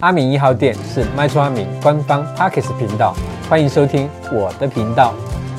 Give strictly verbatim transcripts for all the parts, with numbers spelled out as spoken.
阿明一号店是卖厝阿明官方 Podcast 频道，欢迎收听我的频道。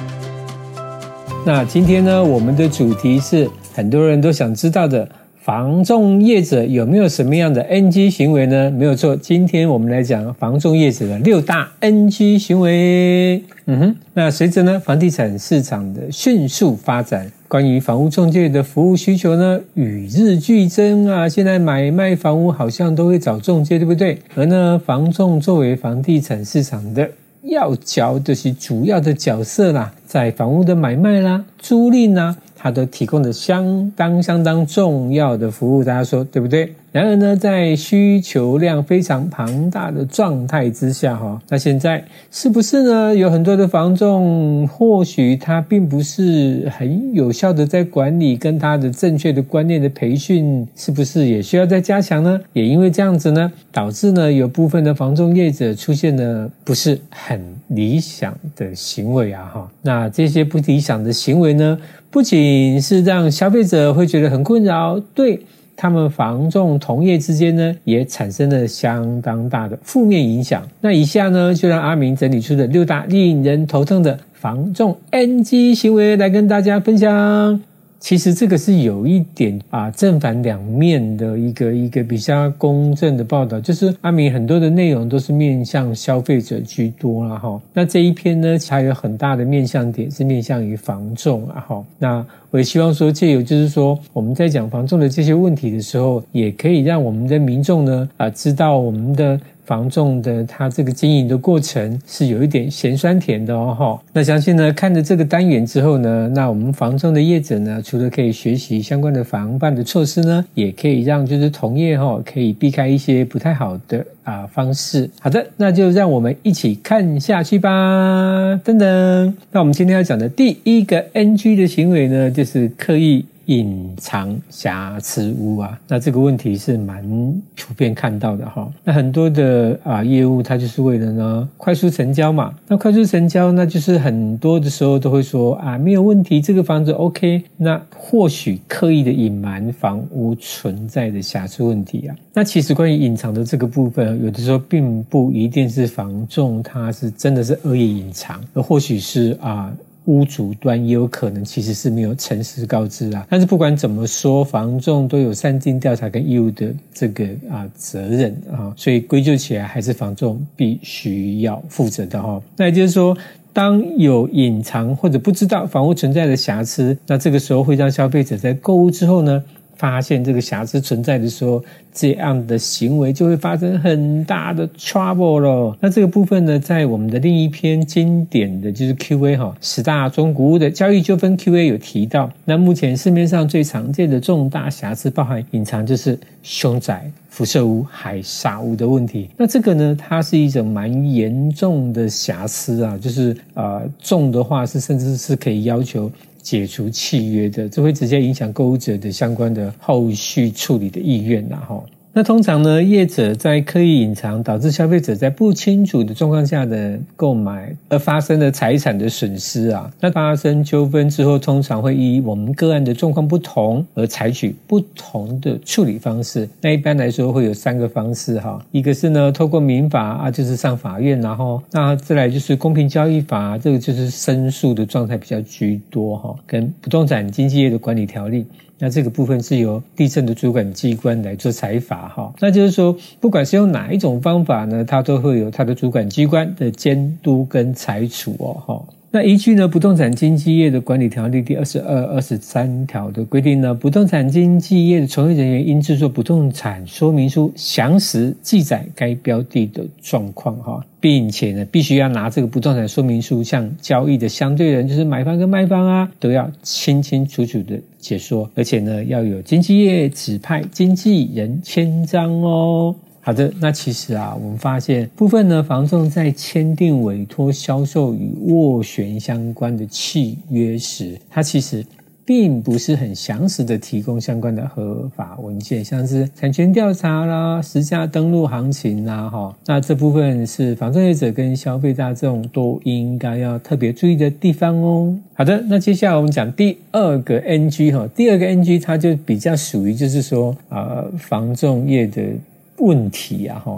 那今天呢，我们的主题是很多人都想知道的，房仲业者有没有什么样的 N G 行为呢？没有错，今天我们来讲房仲业者的六大 N G 行为。嗯哼，那随着呢房地产市场的迅速发展，关于房屋中介的服务需求呢与日俱增啊，现在买卖房屋好像都会找中介，对不对？而呢房仲作为房地产市场的要角，就是主要的角色啦，在房屋的买卖啦、租赁啦，它都提供了相当相当重要的服务，大家说对不对？然而呢，在需求量非常庞大的状态之下哈，那现在是不是呢？有很多的房仲，或许他并不是很有效的在管理跟他的正确的观念的培训，是不是也需要再加强呢？也因为这样子呢，导致呢有部分的房仲业者出现了不是很理想的行为啊哈。那这些不理想的行为呢，不仅是让消费者会觉得很困扰，对他们房仲同业之间呢，也产生了相当大的负面影响。那以下呢，就让阿明整理出的六大令人头疼的房仲 N G 行为来跟大家分享。其实这个是有一点啊正反两面的一个一个比较公正的报道，就是阿明很多的内容都是面向消费者居多啦齁。那这一篇呢，还有很大的面向点是面向于房仲啦齁。那我也希望说，借由就是说我们在讲房仲的这些问题的时候，也可以让我们的民众呢啊知道我们的房仲的它这个经营的过程是有一点咸酸甜的哦。那相信呢看着这个单元之后呢，那我们房仲的业者呢，除了可以学习相关的防范的措施呢，也可以让就是同业哦可以避开一些不太好的啊方式。好的，那就让我们一起看下去吧。噔噔，那我们今天要讲的第一个 N G 的行为呢，就是刻意隐藏瑕疵屋啊。那这个问题是蛮普遍看到的哈。那很多的啊业务它就是为了呢快速成交嘛。那快速成交那就是很多的时候都会说啊没有问题，这个房子 OK。那或许刻意的隐瞒房屋存在的瑕疵问题啊。那其实关于隐藏的这个部分，有的时候并不一定是房仲它是真的是恶意隐藏，而或许是啊屋主端也有可能其实是没有诚实告知啊。但是不管怎么说，房仲都有善尽调查跟义务的这个啊责任啊，所以归咎起来还是房仲必须要负责的哈。那也就是说，当有隐藏或者不知道房屋存在的瑕疵，那这个时候会让消费者在购物之后呢，发现这个瑕疵存在的时候，这样的行为就会发生很大的 trouble 了。那这个部分呢，在我们的另一篇经典的就是 Q A 哈，十大中古屋的交易纠纷 Q A 有提到，那目前市面上最常见的重大瑕疵包含隐藏就是凶宅、辐射屋、海砂屋的问题。那这个呢，它是一种蛮严重的瑕疵啊，就是呃重的话是甚至是可以要求解除契约的，这会直接影响购物者的相关的后续处理的意愿啦齁。那通常呢，业者在刻意隐藏，导致消费者在不清楚的状况下的购买而发生的财产的损失啊。那发生纠纷之后，通常会依我们个案的状况不同而采取不同的处理方式。那一般来说会有三个方式哈，一个是呢透过民法啊，就是上法院，然后那再来就是公平交易法，这个就是申诉的状态比较居多哈，跟不动产经纪业的管理条例。那这个部分是由地政的主管机关来做裁罚哈，那就是说不管是用哪一种方法呢，它都会有它的主管机关的监督跟裁处哦哈。那依据呢不动产经纪业的管理条例第二十二、二十三条的规定呢，不动产经纪业的从业人员应制作不动产说明书，详实记载该标的的状况哈，并且呢必须要拿这个不动产说明书向交易的相对人，就是买方跟卖方啊，都要清清楚楚的解说，而且呢要有经纪业指派经纪人签章哦。好的，那其实啊，我们发现部分呢，房仲在签订委托销售与斡旋相关的契约时，它其实并不是很详实的提供相关的合法文件，像是产权调查啦、实价登录行情啦，哈，那这部分是房仲业者跟消费大众都应该要特别注意的地方哦。好的，那接下来我们讲第二个 N G 哈，第二个 N G 它就比较属于就是说呃房仲业的问题啊哈。啊，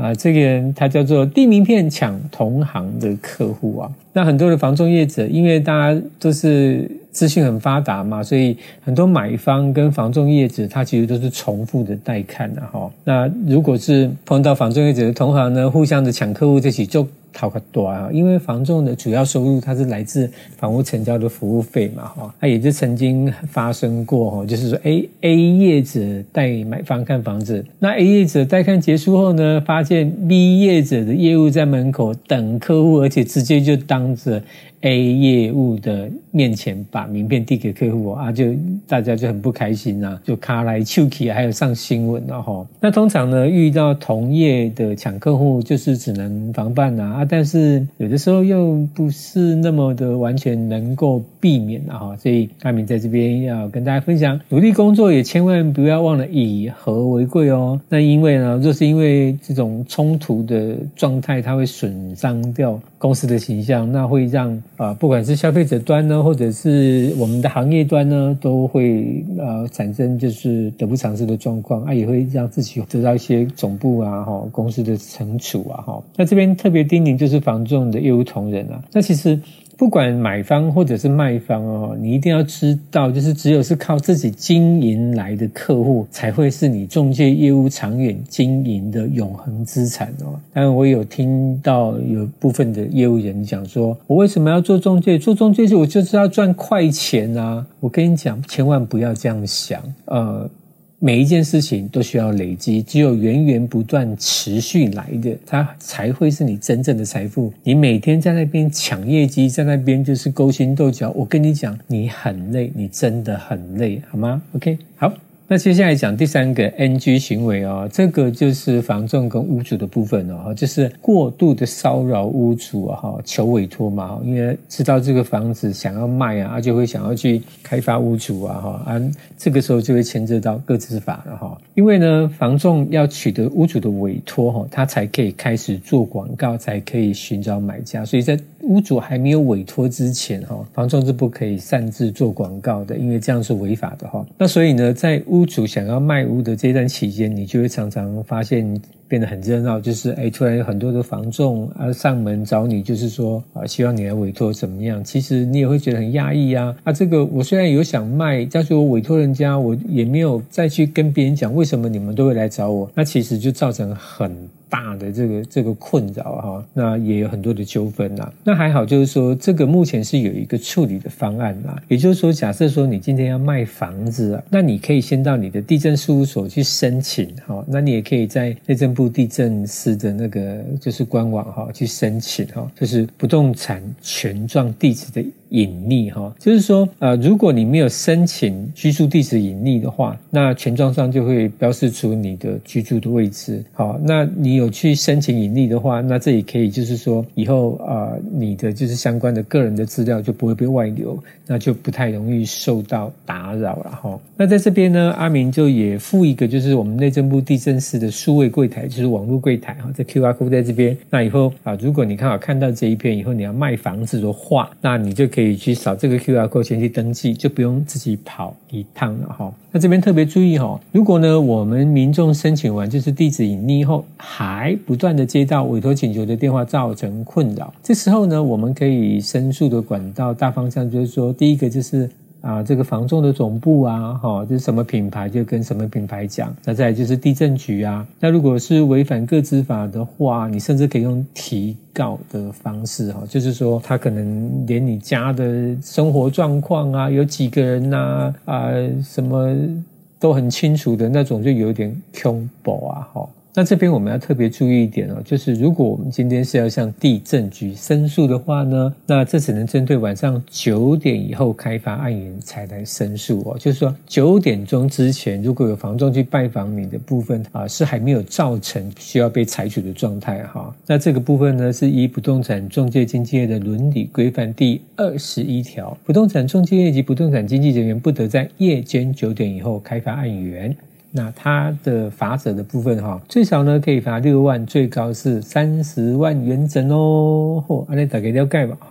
啊，这个人他叫做递名片抢同行的客户啊。那很多的房仲业者，因为大家都是资讯很发达嘛，所以很多买方跟房仲业者他其实都是重复的带看的哈。那如果是碰到房仲业者的同行呢，互相的抢客户，这起就讨个多啊，因为房仲的主要收入它是来自房屋成交的服务费嘛，哈，它也就曾经发生过哈，就是说 A A 业者带买方看房子，那 A 业者带看结束后呢，发现 B 业者的业务在门口等客户，而且直接就当着 A 业务的面前把名片递给客户啊，就大家就很不开心啊，就卡来手气，还有上新闻了哈。那通常呢，遇到同业的抢客户，就是只能防范啊。但是有的时候又不是那么的完全能够避免啊哈，所以阿明在这边要跟大家分享，努力工作也千万不要忘了以和为贵哦。那因为呢，若是因为这种冲突的状态，它会损伤掉公司的形象，那会让啊、呃，不管是消费者端呢，或者是我们的行业端呢，都会呃产生就是得不偿失的状况啊，也会让自己得到一些总部啊哈公司的惩处啊哈。那这边特别叮咛就是房仲的业务同仁啊，那其实不管买方或者是卖方哦，你一定要知道，就是只有是靠自己经营来的客户，才会是你仲介业务长远经营的永恒资产哦。当然，我有听到有部分的业务人讲说，我为什么要做仲介？做仲介是我就是要赚快钱啊！我跟你讲，千万不要这样想，呃。每一件事情都需要累积，只有源源不断持续来的，它才会是你真正的财富。你每天在那边抢业绩，在那边就是勾心斗角，我跟你讲，你很累，你真的很累，好吗 ？OK， 好。那接下来讲第三个 N G 行为哦，这个就是房仲跟屋主的部分哦，就是过度的骚扰屋主啊，求委托嘛，因为知道这个房子想要卖啊，就会想要去开发屋主啊，啊，这个时候就会牵涉到个资法了哈。因为呢，房仲要取得屋主的委托哈，他才可以开始做广告，才可以寻找买家，所以在屋主还没有委托之前哈，房仲是不可以擅自做广告的，因为这样是违法的哈。那所以呢，在屋主想要卖屋的这段期间，你就会常常发现变得很热闹，就是哎，突然有很多的房仲啊上门找你，就是说啊，希望你来委托怎么样？其实你也会觉得很压抑啊。啊，这个我虽然有想卖，但是我委托人家，我也没有再去跟别人讲为什么你们都会来找我，那其实就造成很大的这个这个困扰哈，那也有很多的纠纷啦。那还好，就是说这个目前是有一个处理的方案啦。也就是说，假设说你今天要卖房子啊，那你可以先到你的地政事务所去申请哈，那你也可以在内政部地政司的那个就是官网哈去申请哈，就是不动产权状地址的隐匿哈，就是说呃，如果你没有申请居住地址隐匿的话，那权状上就会标示出你的居住的位置。好，那你有去申请隐匿的话，那这也可以就是说以后啊、呃，你的就是相关的个人的资料就不会被外流，那就不太容易受到打扰了哈。那在这边呢，阿明就也附一个就是我们内政部地政司的数位柜台，就是网络柜台哈，这 Q R code 在这边。那以后啊，如果你刚好看到这一篇以后，你要卖房子的话，那你就可以去扫这个 Q R code 先去登记，就不用自己跑一趟了哈。那这边特别注意哈，如果呢我们民众申请完就是地址隐匿后，还不断的接到委托请求的电话，造成困扰，这时候呢我们可以申诉的管道大方向就是说，第一个就是啊，这个房仲的总部啊，哈，就是什么品牌就跟什么品牌讲。那再来就是地政局啊。那如果是违反个资法的话，你甚至可以用提告的方式哈，就是说他可能连你家的生活状况啊，有几个人呐 啊, 啊，什么都很清楚的那种，就有点恐怖啊，哈。那这边我们要特别注意一点哦，就是如果我们今天是要向地政局申诉的话呢，那这只能针对晚上九点以后开发案源才来申诉哦。就是说九点钟之前，如果有房仲去拜访你的部分啊，是还没有造成需要被采取的状态哈。那这个部分呢，是依不动产中介经纪业的伦理规范第二十一条，不动产中介业及不动产经纪人员不得在夜间九点以后开发案源。那它的罚则的部分哈，最少呢可以罚六万，最高是三十万元整哦。好，安尼大家了解吧哈。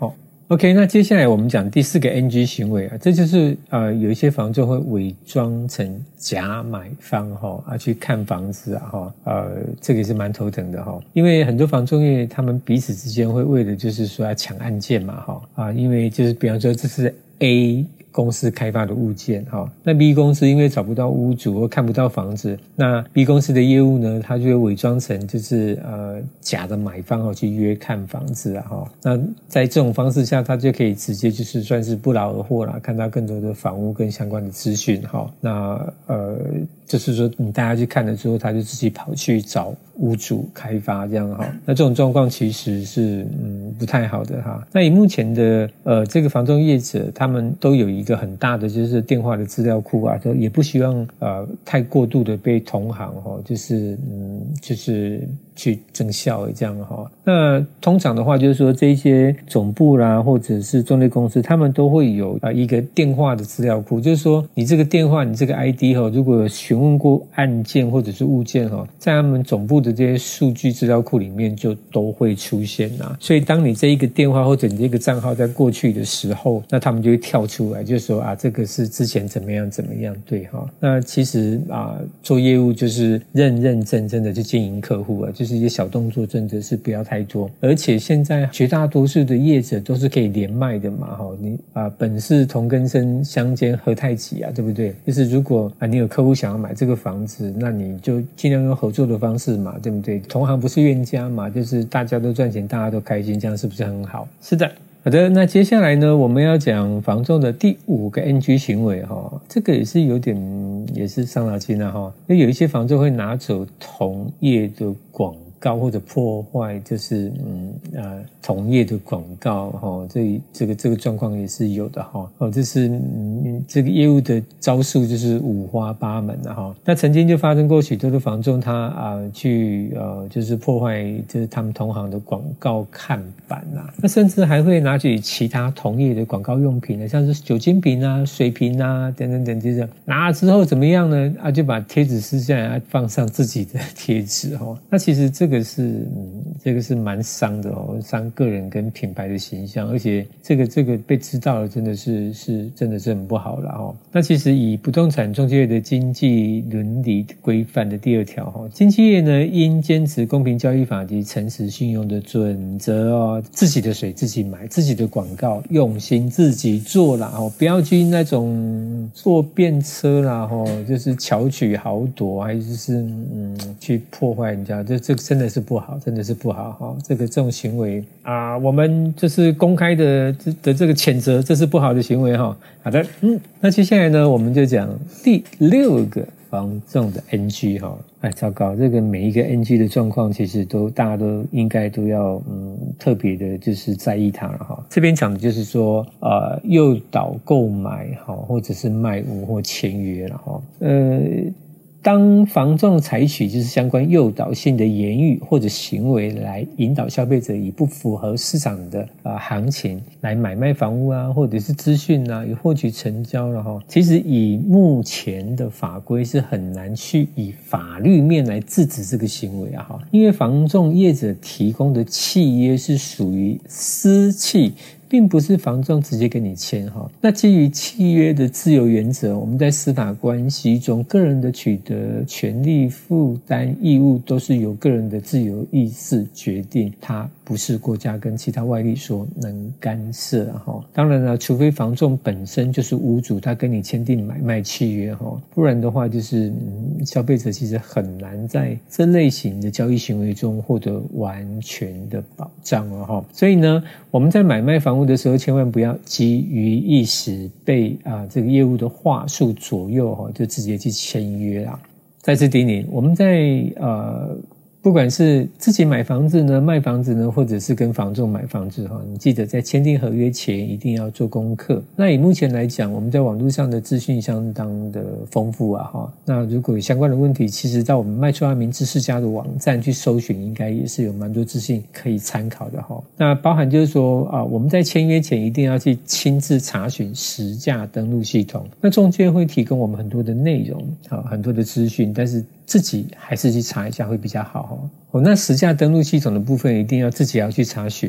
OK， 那接下来我们讲第四个 N G 行为啊，这就是呃有一些房仲会伪装成假买方哈啊去看房子啊哈，呃这个也是蛮头疼的哈，因为很多房仲业他们彼此之间会为了就是说要抢案件嘛哈啊，因为就是比方说这是 A公司开发的物件哈，那 B 公司因为找不到屋主或看不到房子，那 B 公司的业务呢，他就会伪装成就是呃假的买方哦去约看房子啊哈，那在这种方式下，他就可以直接就是算是不劳而获啦，看到更多的房屋跟相关的资讯哈，那呃就是说你带他去看了之后，他就自己跑去找屋主开发这样哈，那这种状况其实是嗯不太好的哈。那以目前的呃这个房仲业者，他们都有一一个很大的就是电话的资料库啊，都也不希望呃太过度的被同行哈，就是嗯就是去增效这样哈。那通常的话就是说这一些总部啦或者是中介公司，他们都会有啊一个电话的资料库，就是说你这个电话你这个 I D 哈，如果有询问过案件或者是物件哈，在他们总部的这些数据资料库里面就都会出现啊。所以当你这一个电话或者你这个账号在过去的时候，那他们就会跳出来就就说啊，这个是之前怎么样怎么样，对哈。那其实啊，做业务就是认认真真的去经营客户啊，就是一些小动作真的是不要太多。而且现在绝大多数的业者都是可以连麦的嘛，哈，你啊本是同根生，相煎何太急啊，对不对？就是如果啊你有客户想要买这个房子，那你就尽量用合作的方式嘛，对不对？同行不是冤家嘛，就是大家都赚钱，大家都开心，这样是不是很好？是的。好的，那接下来呢，我们要讲房仲的第五个 N G 行为哈，这个也是有点也是伤脑筋啊哈，因为有一些房仲会拿走同业的广告或者破坏，就是嗯呃同业的广告哈，这这个这个状况也是有的哈。哦，这是嗯这个业务的招数就是五花八门的哈。那曾经就发生过许多的房仲他啊、呃、去呃就是破坏就是他们同行的广告看板啊，那甚至还会拿取其他同业的广告用品呢，像是酒精瓶啊、水瓶啊等等等，就是拿了之后怎么样呢？啊就把贴纸撕下来，放上自己的贴纸哈。那其实这个是嗯这个是蛮伤的哦，伤个人跟品牌的形象，而且这个这个被知道了，真的是是真的是很不好了哦。那其实以不动产中介业的经济伦理规范的第二条哈，经纪业呢应坚持公平交易法及诚实信用的准则哦，自己的水自己买，自己的广告用心自己做啦哦，不要去那种坐便车啦哦，就是巧取豪夺，还是嗯去破坏人家，这这真的是不好，真的是不好哈。这个这种行为啊，我们就是公开的的这个谴责，这是不好的行为哈。好的，嗯，那接下来呢，我们就讲第六个房仲的 N G 哈。哎，糟糕，这个每一个 N G 的状况，其实都大家都应该都要嗯特别的，就是在意它了哈。这边讲的就是说，呃，诱导购买哈，或者是卖屋或签约了哈，呃。当房仲采取就是相关诱导性的言语或者行为来引导消费者以不符合市场的呃行情来买卖房屋啊，或者是资讯啊，以获取成交了哈。其实以目前的法规是很难去以法律面来制止这个行为啊哈，因为房仲业者提供的契约是属于私契。并不是房仲直接跟你签哈，那基于契约的自由原则，我们在司法关系中，个人的取得权利、负担义务都是由个人的自由意识决定，它不是国家跟其他外力所能干涉哈。当然了，除非房仲本身就是屋主，他跟你签订买卖契约哈，不然的话就是嗯，消费者其实很难在这类型的交易行为中获得完全的保障了哈。所以呢，我们在买卖房屋的时候，千万不要基于一时被啊这个业务的话术左右哈，就直接去签约啦。再次提醒，我们在呃。不管是自己买房子呢，卖房子呢，或者是跟房仲买房子哈，你记得在签订合约前一定要做功课。那以目前来讲，我们在网络上的资讯相当的丰富啊哈。那如果有相关的问题，其实在我们卖出阿明知识家的网站去搜寻，应该也是有蛮多资讯可以参考的哈。那包含就是说啊，我们在签约前一定要去亲自查询实价登录系统。那中介会提供我们很多的内容啊，很多的资讯，但是自己还是去查一下会比较好哈。哦，那实价登录系统的部分一定要自己要去查询哈，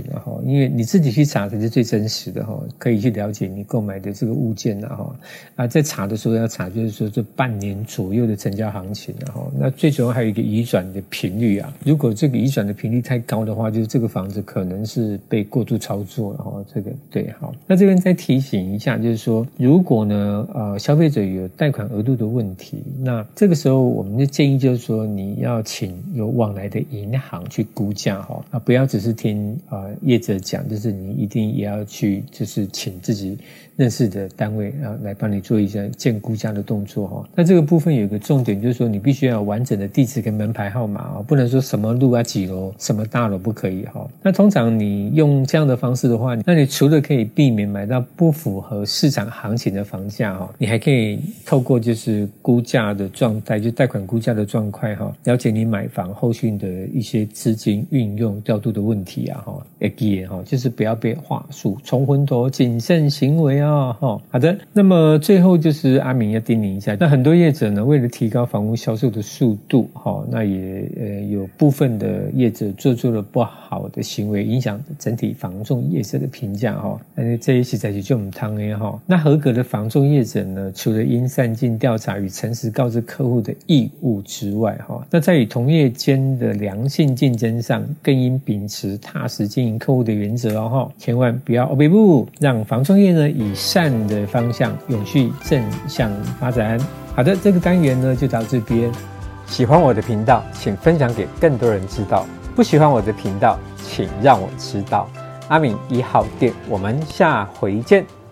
因为你自己去查才是最真实的哈，可以去了解你购买的这个物件啊哈啊，在查的时候要查，就是说这半年左右的成交行情啊哈。那最主要还有一个移转的频率啊，如果这个移转的频率太高的话，就是这个房子可能是被过度操作了哈。这个对好，那这边再提醒一下，就是说如果呢呃消费者有贷款额度的问题，那这个时候我们就建议就是说你要请有往来的银行去估价哈啊，不要只是听呃业者讲，就是你一定也要去就是请自己认识的单位啊来帮你做一下建估价的动作哈。那这个部分有一个重点，就是说你必须要有完整的地址跟门牌号码啊，不能说什么路啊几楼什么大楼不可以哈。那通常你用这样的方式的话，那你除了可以避免买到不符合市场行情的房价哈，你还可以透过就是估价的状态，就贷款估价的状态哈，了解你买房后续的一些资金运用调度的问题啊哈，要记得哈，就是不要被话术冲昏头，谨慎行为啊哈。好的，那么最后就是阿明要叮咛一下，那很多业者呢，为了提高房屋销售的速度哈，那也呃有部分的业者做出了不好的行为，影响整体房仲业者的评价哈。那这一期在就就唔汤诶哈。那合格的房仲业者呢，除了应善尽调查与诚实告知客户的义务之外哈，那在与同业间的良性竞争上，更应秉持踏实经营客户的原则哦哈，千万不要欧北部，让房仲业呢以善的方向永续正向发展。好的，这个单元呢就到这边。喜欢我的频道，请分享给更多人知道；不喜欢我的频道，请让我知道。阿明一号店，我们下回见。